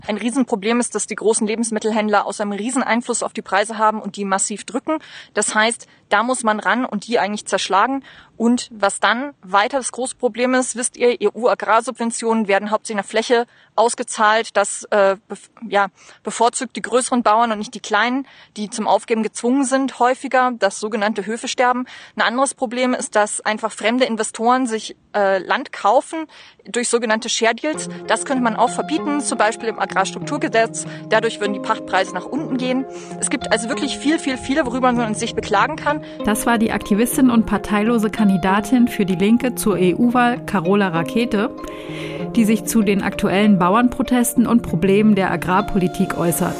Ein Riesenproblem ist, dass die großen Lebensmittelhändler außer einem riesen Einfluss auf die Preise haben und die massiv drücken. Das heißt, da muss man ran und die eigentlich zerschlagen. Und was dann weiter das große Problem ist, wisst ihr, EU-Agrarsubventionen werden hauptsächlich in der Fläche ausgezahlt. Das bevorzugt die größeren Bauern und nicht die kleinen, die zum Aufgeben gezwungen sind, häufiger das sogenannte Höfesterben. Ein anderes Problem ist, dass einfach fremde Investoren sich Land kaufen durch sogenannte Share Deals. Das könnte man auch verbieten, zum Beispiel im Agrarstrukturgesetz. Dadurch würden die Pachtpreise nach unten gehen. Es gibt also wirklich viele, worüber man sich beklagen kann. Das war die Aktivistin und parteilose Kandidatin für die Linke zur EU-Wahl, Carola Rackete, die sich zu den aktuellen Bauernprotesten und Problemen der Agrarpolitik äußert.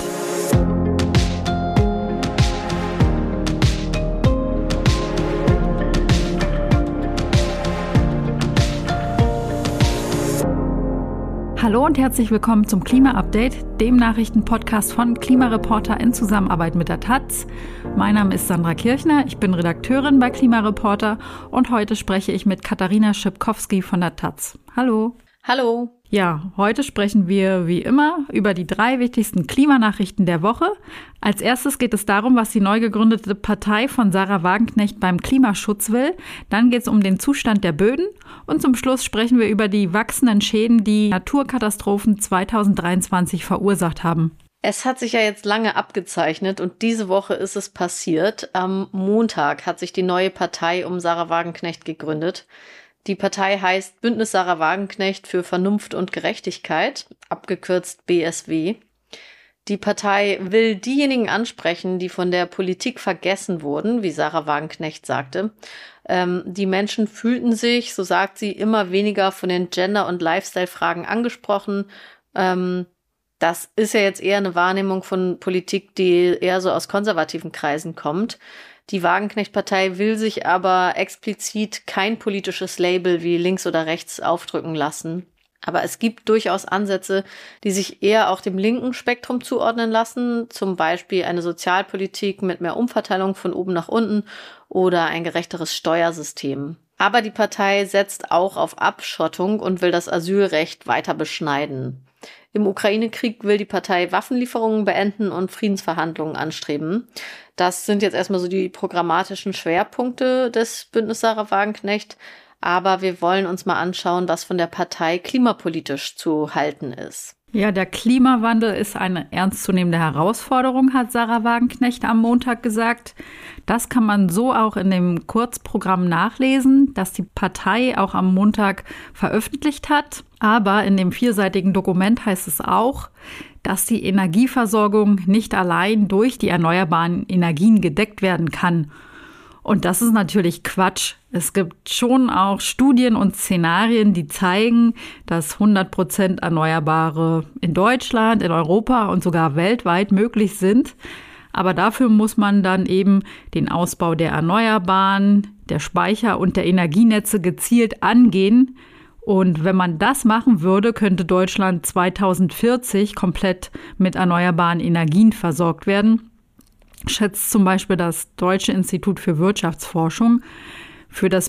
Hallo und herzlich willkommen zum Klima-Update, dem Nachrichtenpodcast von Klimareporter in Zusammenarbeit mit der Taz. Mein Name ist Sandra Kirchner, ich bin Redakteurin bei Klimareporter und heute spreche ich mit Katharina Schipkowski von der Taz. Hallo. Hallo. Ja, heute sprechen wir wie immer über die 3 wichtigsten Klimanachrichten der Woche. Als erstes geht es darum, was die neu gegründete Partei von Sarah Wagenknecht beim Klimaschutz will. Dann geht es um den Zustand der Böden. Und zum Schluss sprechen wir über die wachsenden Schäden, die Naturkatastrophen 2023 verursacht haben. Es hat sich ja jetzt lange abgezeichnet und diese Woche ist es passiert. Am Montag hat sich die neue Partei um Sarah Wagenknecht gegründet. Die Partei heißt Bündnis Sarah Wagenknecht für Vernunft und Gerechtigkeit, abgekürzt BSW. Die Partei will diejenigen ansprechen, die von der Politik vergessen wurden, wie Sarah Wagenknecht sagte. Die Menschen fühlten sich, so sagt sie, immer weniger von den Gender- und Lifestyle-Fragen angesprochen. Das ist ja jetzt eher eine Wahrnehmung von Politik, die eher so aus konservativen Kreisen kommt. Die Wagenknecht-Partei will sich aber explizit kein politisches Label wie links oder rechts aufdrücken lassen. Aber es gibt durchaus Ansätze, die sich eher auch dem linken Spektrum zuordnen lassen, zum Beispiel eine Sozialpolitik mit mehr Umverteilung von oben nach unten oder ein gerechteres Steuersystem. Aber die Partei setzt auch auf Abschottung und will das Asylrecht weiter beschneiden. Im Ukraine-Krieg will die Partei Waffenlieferungen beenden und Friedensverhandlungen anstreben. Das sind jetzt erstmal so die programmatischen Schwerpunkte des Bündnis Sarah Wagenknecht. Aber wir wollen uns mal anschauen, was von der Partei klimapolitisch zu halten ist. Ja, der Klimawandel ist eine ernstzunehmende Herausforderung, hat Sarah Wagenknecht am Montag gesagt. Das kann man so auch in dem Kurzprogramm nachlesen, das die Partei auch am Montag veröffentlicht hat. Aber in dem 4-seitigen Dokument heißt es auch, dass die Energieversorgung nicht allein durch die erneuerbaren Energien gedeckt werden kann. Und das ist natürlich Quatsch. Es gibt schon auch Studien und Szenarien, die zeigen, dass 100% Erneuerbare in Deutschland, in Europa und sogar weltweit möglich sind. Aber dafür muss man dann eben den Ausbau der Erneuerbaren, der Speicher und der Energienetze gezielt angehen. Und wenn man das machen würde, könnte Deutschland 2040 komplett mit erneuerbaren Energien versorgt werden. Schätzt zum Beispiel das Deutsche Institut für Wirtschaftsforschung. Für das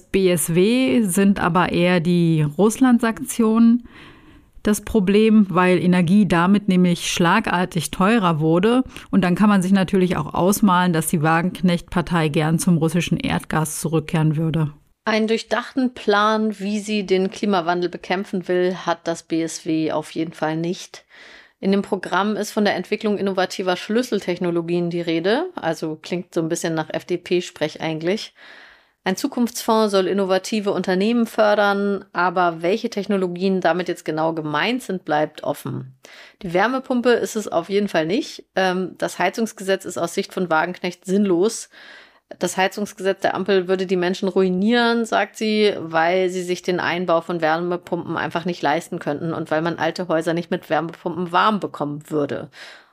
BSW sind aber eher die Russland-Sanktionen das Problem, weil Energie damit nämlich schlagartig teurer wurde. Und dann kann man sich natürlich auch ausmalen, dass die Wagenknecht-Partei gern zum russischen Erdgas zurückkehren würde. Einen durchdachten Plan, wie sie den Klimawandel bekämpfen will, hat das BSW auf jeden Fall nicht. In dem Programm ist von der Entwicklung innovativer Schlüsseltechnologien die Rede, also klingt so ein bisschen nach FDP-Sprech eigentlich. Ein Zukunftsfonds soll innovative Unternehmen fördern, aber welche Technologien damit jetzt genau gemeint sind, bleibt offen. Die Wärmepumpe ist es auf jeden Fall nicht. Das Heizungsgesetz ist aus Sicht von Wagenknecht sinnlos. Das Heizungsgesetz der Ampel würde die Menschen ruinieren, sagt sie, weil sie sich den Einbau von Wärmepumpen einfach nicht leisten könnten und weil man alte Häuser nicht mit Wärmepumpen warm bekommen würde.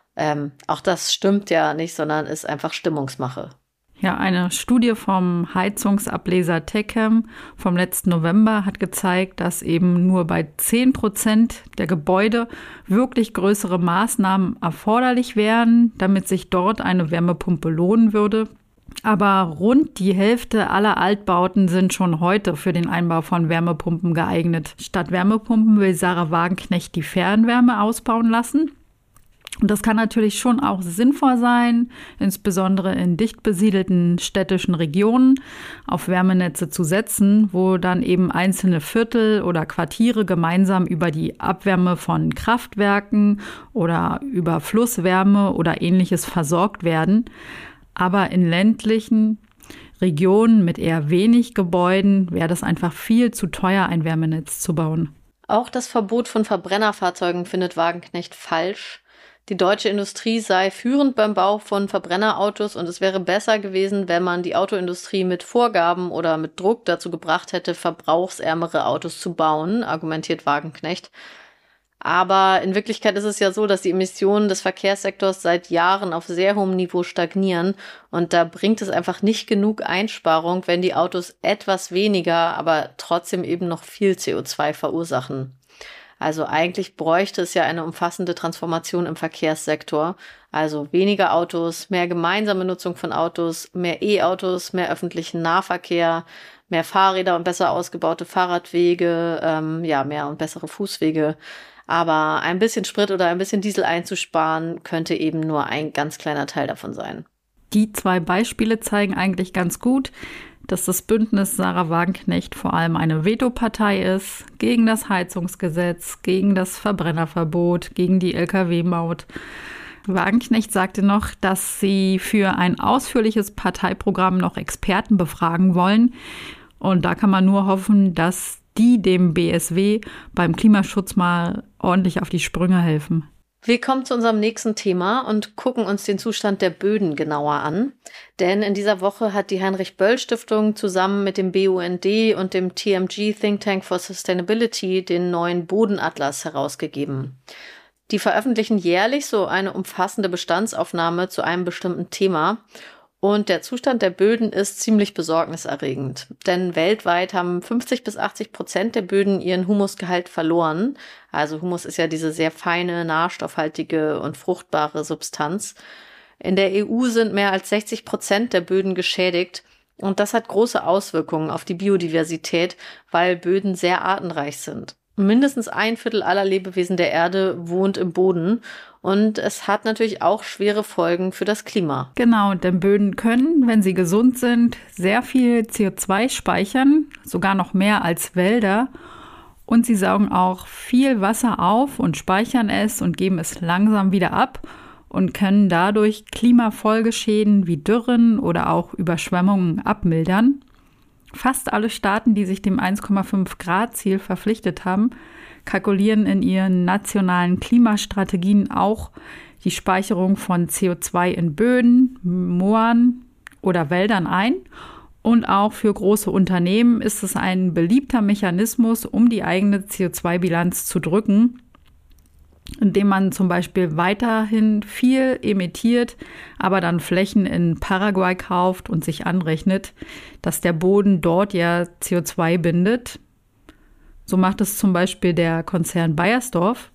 Auch das stimmt ja nicht, sondern ist einfach Stimmungsmache. Ja, eine Studie vom Heizungsableser Techem vom letzten November hat gezeigt, dass eben nur bei 10% der Gebäude wirklich größere Maßnahmen erforderlich wären, damit sich dort eine Wärmepumpe lohnen würde. Aber rund die Hälfte aller Altbauten sind schon heute für den Einbau von Wärmepumpen geeignet. Statt Wärmepumpen will Sarah Wagenknecht die Fernwärme ausbauen lassen. Und das kann natürlich schon auch sinnvoll sein, insbesondere in dicht besiedelten städtischen Regionen auf Wärmenetze zu setzen, wo dann eben einzelne Viertel oder Quartiere gemeinsam über die Abwärme von Kraftwerken oder über Flusswärme oder Ähnliches versorgt werden. Aber in ländlichen Regionen mit eher wenig Gebäuden wäre das einfach viel zu teuer, ein Wärmenetz zu bauen. Auch das Verbot von Verbrennerfahrzeugen findet Wagenknecht falsch. Die deutsche Industrie sei führend beim Bau von Verbrennerautos und es wäre besser gewesen, wenn man die Autoindustrie mit Vorgaben oder mit Druck dazu gebracht hätte, verbrauchsärmere Autos zu bauen, argumentiert Wagenknecht. Aber in Wirklichkeit ist es ja so, dass die Emissionen des Verkehrssektors seit Jahren auf sehr hohem Niveau stagnieren und da bringt es einfach nicht genug Einsparung, wenn die Autos etwas weniger, aber trotzdem eben noch viel CO2 verursachen. Also eigentlich bräuchte es ja eine umfassende Transformation im Verkehrssektor. Also weniger Autos, mehr gemeinsame Nutzung von Autos, mehr E-Autos, mehr öffentlichen Nahverkehr, mehr Fahrräder und besser ausgebaute Fahrradwege, mehr und bessere Fußwege. Aber ein bisschen Sprit oder ein bisschen Diesel einzusparen, könnte eben nur ein ganz kleiner Teil davon sein. Die 2 Beispiele zeigen eigentlich ganz gut, dass das Bündnis Sarah Wagenknecht vor allem eine Vetopartei ist, gegen das Heizungsgesetz, gegen das Verbrennerverbot, gegen die Lkw-Maut. Wagenknecht sagte noch, dass sie für ein ausführliches Parteiprogramm noch Experten befragen wollen. Und da kann man nur hoffen, dass die dem BSW beim Klimaschutz mal ordentlich auf die Sprünge helfen. Wir kommen zu unserem nächsten Thema und gucken uns den Zustand der Böden genauer an. Denn in dieser Woche hat die Heinrich-Böll-Stiftung zusammen mit dem BUND und dem TMG Think Tank for Sustainability den neuen Bodenatlas herausgegeben. Die veröffentlichen jährlich so eine umfassende Bestandsaufnahme zu einem bestimmten Thema. Und der Zustand der Böden ist ziemlich besorgniserregend. Denn weltweit haben 50-80% der Böden ihren Humusgehalt verloren. Also Humus ist ja diese sehr feine, nahrstoffhaltige und fruchtbare Substanz. In der EU sind mehr als 60% der Böden geschädigt. Und das hat große Auswirkungen auf die Biodiversität, weil Böden sehr artenreich sind. Mindestens 1/4 aller Lebewesen der Erde wohnt im Boden. Und es hat natürlich auch schwere Folgen für das Klima. Genau, denn Böden können, wenn sie gesund sind, sehr viel CO2 speichern, sogar noch mehr als Wälder. Und sie saugen auch viel Wasser auf und speichern es und geben es langsam wieder ab und können dadurch Klimafolgeschäden wie Dürren oder auch Überschwemmungen abmildern. Fast alle Staaten, die sich dem 1,5-Grad-Ziel verpflichtet haben, kalkulieren in ihren nationalen Klimastrategien auch die Speicherung von CO2 in Böden, Mooren oder Wäldern ein. Und auch für große Unternehmen ist es ein beliebter Mechanismus, um die eigene CO2-Bilanz zu drücken, indem man zum Beispiel weiterhin viel emittiert, aber dann Flächen in Paraguay kauft und sich anrechnet, dass der Boden dort ja CO2 bindet. So macht es zum Beispiel der Konzern Beiersdorf.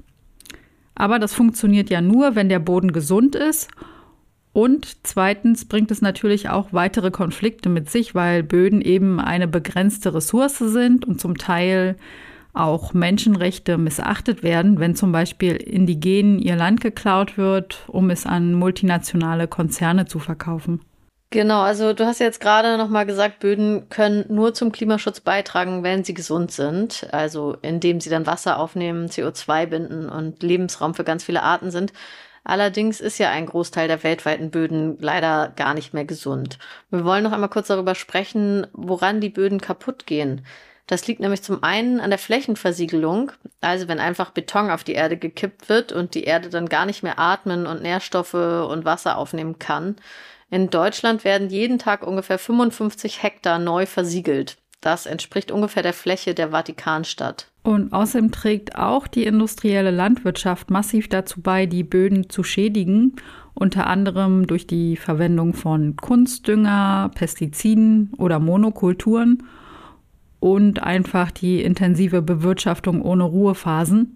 Aber das funktioniert ja nur, wenn der Boden gesund ist. Und zweitens bringt es natürlich auch weitere Konflikte mit sich, weil Böden eben eine begrenzte Ressource sind und zum Teil auch Menschenrechte missachtet werden, wenn zum Beispiel Indigenen ihr Land geklaut wird, um es an multinationale Konzerne zu verkaufen. Genau, also du hast jetzt gerade nochmal gesagt, Böden können nur zum Klimaschutz beitragen, wenn sie gesund sind, also indem sie dann Wasser aufnehmen, CO2 binden und Lebensraum für ganz viele Arten sind. Allerdings ist ja ein Großteil der weltweiten Böden leider gar nicht mehr gesund. Wir wollen noch einmal kurz darüber sprechen, woran die Böden kaputt gehen. Das liegt nämlich zum einen an der Flächenversiegelung, also wenn einfach Beton auf die Erde gekippt wird und die Erde dann gar nicht mehr atmen und Nährstoffe und Wasser aufnehmen kann. In Deutschland werden jeden Tag ungefähr 55 Hektar neu versiegelt. Das entspricht ungefähr der Fläche der Vatikanstadt. Und außerdem trägt auch die industrielle Landwirtschaft massiv dazu bei, die Böden zu schädigen, unter anderem durch die Verwendung von Kunstdünger, Pestiziden oder Monokulturen und einfach die intensive Bewirtschaftung ohne Ruhephasen.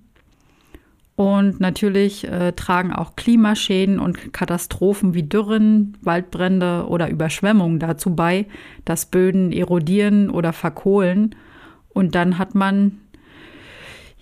Und natürlich tragen auch Klimaschäden und Katastrophen wie Dürren, Waldbrände oder Überschwemmungen dazu bei, dass Böden erodieren oder verkohlen. Und dann hat man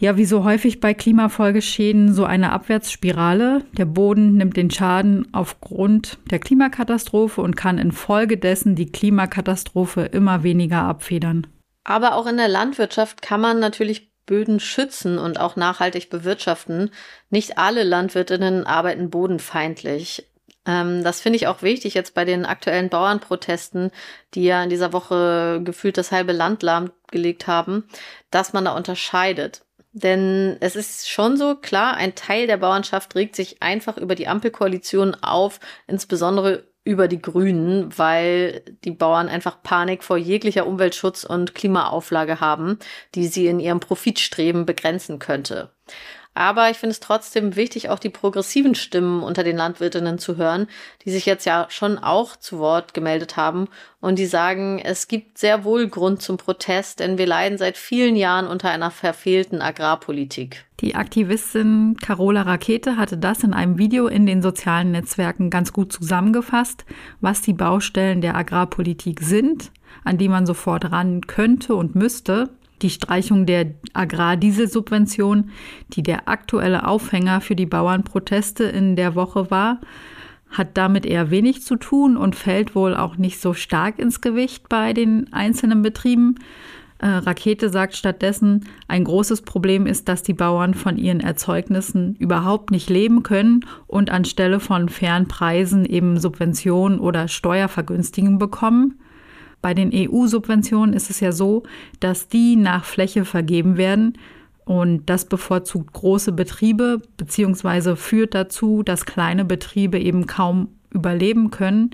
Ja, wie so häufig bei Klimafolgeschäden, so eine Abwärtsspirale. Der Boden nimmt den Schaden aufgrund der Klimakatastrophe und kann infolgedessen die Klimakatastrophe immer weniger abfedern. Aber auch in der Landwirtschaft kann man natürlich Böden schützen und auch nachhaltig bewirtschaften. Nicht alle Landwirtinnen arbeiten bodenfeindlich. Das finde ich auch wichtig jetzt bei den aktuellen Bauernprotesten, die ja in dieser Woche gefühlt das halbe Land lahmgelegt haben, dass man da unterscheidet. Denn es ist schon so, klar, ein Teil der Bauernschaft regt sich einfach über die Ampelkoalition auf, insbesondere über die Grünen, weil die Bauern einfach Panik vor jeglicher Umweltschutz- und Klimaauflage haben, die sie in ihrem Profitstreben begrenzen könnte. Aber ich finde es trotzdem wichtig, auch die progressiven Stimmen unter den Landwirtinnen zu hören, die sich jetzt ja schon auch zu Wort gemeldet haben und die sagen, es gibt sehr wohl Grund zum Protest, denn wir leiden seit vielen Jahren unter einer verfehlten Agrarpolitik. Die Aktivistin Carola Rakete hatte das in einem Video in den sozialen Netzwerken ganz gut zusammengefasst, was die Baustellen der Agrarpolitik sind, an die man sofort ran könnte und müsste. Die Streichung der Agrardieselsubvention, die der aktuelle Aufhänger für die Bauernproteste in der Woche war, hat damit eher wenig zu tun und fällt wohl auch nicht so stark ins Gewicht bei den einzelnen Betrieben. Rakete sagt stattdessen, ein großes Problem ist, dass die Bauern von ihren Erzeugnissen überhaupt nicht leben können und anstelle von fairen Preisen eben Subventionen oder Steuervergünstigungen bekommen. Bei den EU-Subventionen ist es ja so, dass die nach Fläche vergeben werden und das bevorzugt große Betriebe beziehungsweise führt dazu, dass kleine Betriebe eben kaum überleben können,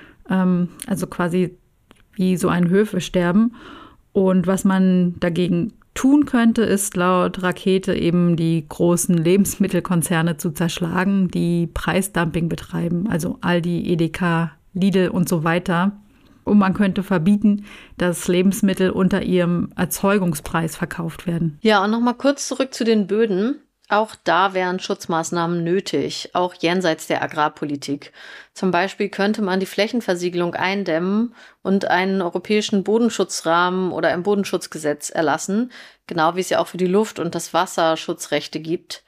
also quasi wie so ein Höfesterben. Und was man dagegen tun könnte, ist laut Rakete eben die großen Lebensmittelkonzerne zu zerschlagen, die Preisdumping betreiben, also Aldi, Edeka, Lidl und so weiter. Und man könnte verbieten, dass Lebensmittel unter ihrem Erzeugungspreis verkauft werden. Ja, und nochmal kurz zurück zu den Böden. Auch da wären Schutzmaßnahmen nötig, auch jenseits der Agrarpolitik. Zum Beispiel könnte man die Flächenversiegelung eindämmen und einen europäischen Bodenschutzrahmen oder ein Bodenschutzgesetz erlassen, genau wie es ja auch für die Luft- und das Wasser Schutzrechte gibt.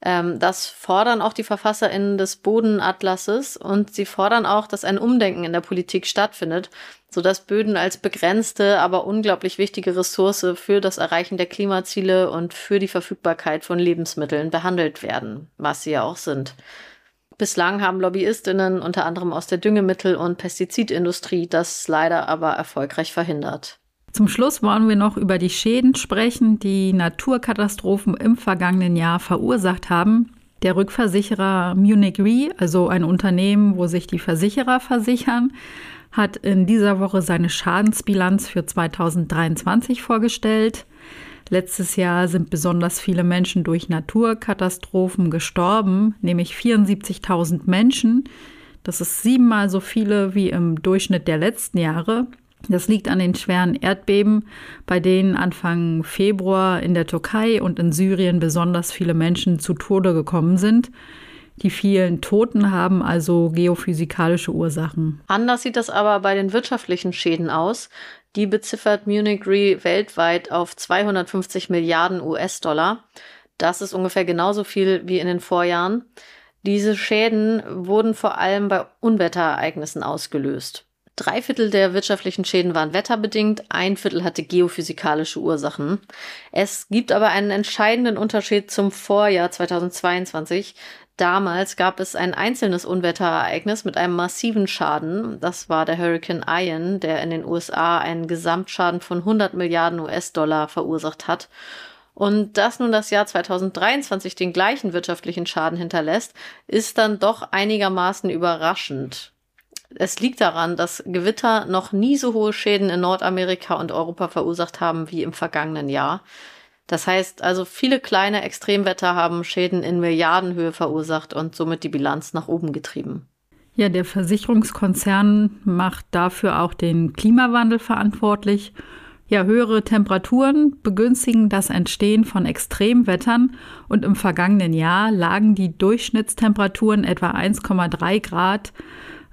Das fordern auch die VerfasserInnen des Bodenatlases und sie fordern auch, dass ein Umdenken in der Politik stattfindet, sodass Böden als begrenzte, aber unglaublich wichtige Ressource für das Erreichen der Klimaziele und für die Verfügbarkeit von Lebensmitteln behandelt werden, was sie ja auch sind. Bislang haben LobbyistInnen unter anderem aus der Düngemittel- und Pestizidindustrie das leider aber erfolgreich verhindert. Zum Schluss wollen wir noch über die Schäden sprechen, die Naturkatastrophen im vergangenen Jahr verursacht haben. Der Rückversicherer Munich Re, also ein Unternehmen, wo sich die Versicherer versichern, hat in dieser Woche seine Schadensbilanz für 2023 vorgestellt. Letztes Jahr sind besonders viele Menschen durch Naturkatastrophen gestorben, nämlich 74.000 Menschen. Das ist 7-mal so viele wie im Durchschnitt der letzten Jahre. Das liegt an den schweren Erdbeben, bei denen Anfang Februar in der Türkei und in Syrien besonders viele Menschen zu Tode gekommen sind. Die vielen Toten haben also geophysikalische Ursachen. Anders sieht das aber bei den wirtschaftlichen Schäden aus. Die beziffert Munich Re weltweit auf 250 Milliarden US-Dollar. Das ist ungefähr genauso viel wie in den Vorjahren. Diese Schäden wurden vor allem bei Unwetterereignissen ausgelöst. 3/4 der wirtschaftlichen Schäden waren wetterbedingt, 1/4 hatte geophysikalische Ursachen. Es gibt aber einen entscheidenden Unterschied zum Vorjahr 2022. Damals gab es ein einzelnes Unwetterereignis mit einem massiven Schaden. Das war der Hurricane Ian, der in den USA einen Gesamtschaden von 100 Milliarden US-Dollar verursacht hat. Und dass nun das Jahr 2023 den gleichen wirtschaftlichen Schaden hinterlässt, ist dann doch einigermaßen überraschend. Es liegt daran, dass Gewitter noch nie so hohe Schäden in Nordamerika und Europa verursacht haben wie im vergangenen Jahr. Das heißt also, viele kleine Extremwetter haben Schäden in Milliardenhöhe verursacht und somit die Bilanz nach oben getrieben. Ja, der Versicherungskonzern macht dafür auch den Klimawandel verantwortlich. Ja, höhere Temperaturen begünstigen das Entstehen von Extremwettern und im vergangenen Jahr lagen die Durchschnittstemperaturen etwa 1,3 Grad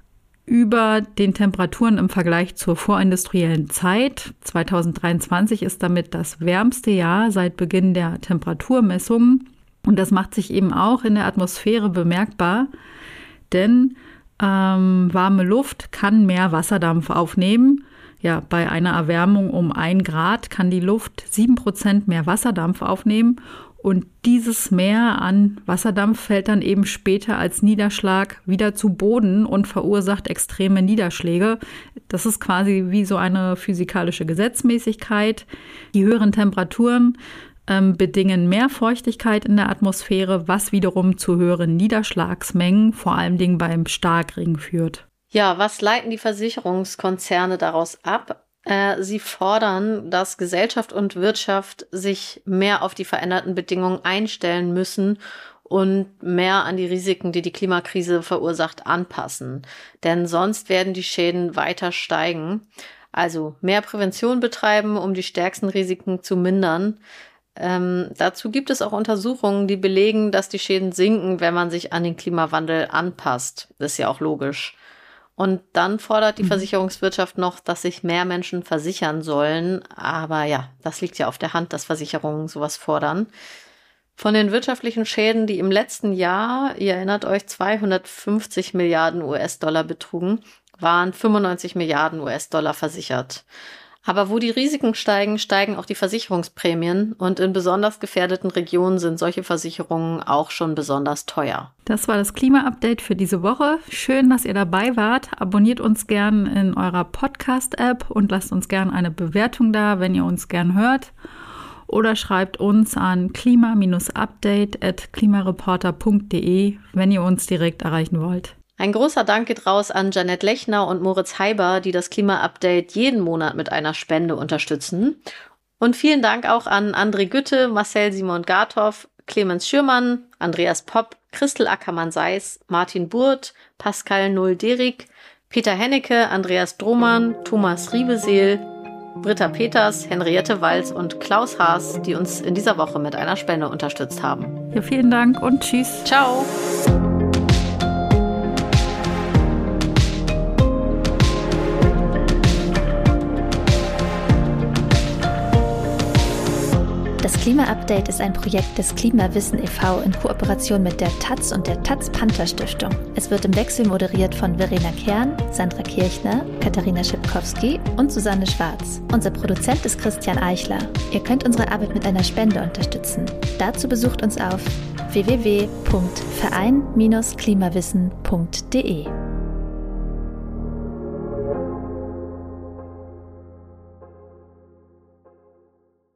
über den Temperaturen im Vergleich zur vorindustriellen Zeit. 2023 ist damit das wärmste Jahr seit Beginn der Temperaturmessungen. Und das macht sich eben auch in der Atmosphäre bemerkbar, denn warme Luft kann mehr Wasserdampf aufnehmen. Ja, bei einer Erwärmung um 1 Grad kann die Luft 7% mehr Wasserdampf aufnehmen. Und dieses Mehr an Wasserdampf fällt dann eben später als Niederschlag wieder zu Boden und verursacht extreme Niederschläge. Das ist quasi wie so eine physikalische Gesetzmäßigkeit. Die höheren Temperaturen bedingen mehr Feuchtigkeit in der Atmosphäre, was wiederum zu höheren Niederschlagsmengen, vor allem Dingen beim Starkregen führt. Ja, was leiten die Versicherungskonzerne daraus ab? Sie fordern, dass Gesellschaft und Wirtschaft sich mehr auf die veränderten Bedingungen einstellen müssen und mehr an die Risiken, die die Klimakrise verursacht, anpassen. Denn sonst werden die Schäden weiter steigen. Also mehr Prävention betreiben, um die stärksten Risiken zu mindern. Dazu gibt es auch Untersuchungen, die belegen, dass die Schäden sinken, wenn man sich an den Klimawandel anpasst. Das ist ja auch logisch. Und dann fordert die Versicherungswirtschaft noch, dass sich mehr Menschen versichern sollen. Aber ja, das liegt ja auf der Hand, dass Versicherungen sowas fordern. Von den wirtschaftlichen Schäden, die im letzten Jahr, ihr erinnert euch, 250 Milliarden US-Dollar betrugen, waren 95 Milliarden US-Dollar versichert. Aber wo die Risiken steigen, steigen auch die Versicherungsprämien und in besonders gefährdeten Regionen sind solche Versicherungen auch schon besonders teuer. Das war das Klima-Update für diese Woche. Schön, dass ihr dabei wart. Abonniert uns gern in eurer Podcast-App und lasst uns gern eine Bewertung da, wenn ihr uns gern hört. Oder schreibt uns an klima-update@klimareporter.de, wenn ihr uns direkt erreichen wollt. Ein großer Dank geht raus an Janette Lechner und Moritz Heiber, die das Klima-Update jeden Monat mit einer Spende unterstützen. Und vielen Dank auch an André Gütte, Marcel Simon Garthoff, Clemens Schürmann, Andreas Popp, Christel Ackermann-Seiß, Martin Burt, Pascal Null-Derik, Peter Hennecke, Andreas Drohmann, Thomas Riebeseel, Britta Peters, Henriette Walz und Klaus Haas, die uns in dieser Woche mit einer Spende unterstützt haben. Ja, vielen Dank und tschüss. Ciao. Das Klima-Update ist ein Projekt des Klimawissen e.V. in Kooperation mit der taz und der Taz-Panther-Stiftung. Es wird im Wechsel moderiert von Verena Kern, Sandra Kirchner, Katharina Schipkowski und Susanne Schwarz. Unser Produzent ist Christian Eichler. Ihr könnt unsere Arbeit mit einer Spende unterstützen. Dazu besucht uns auf www.verein-klimawissen.de.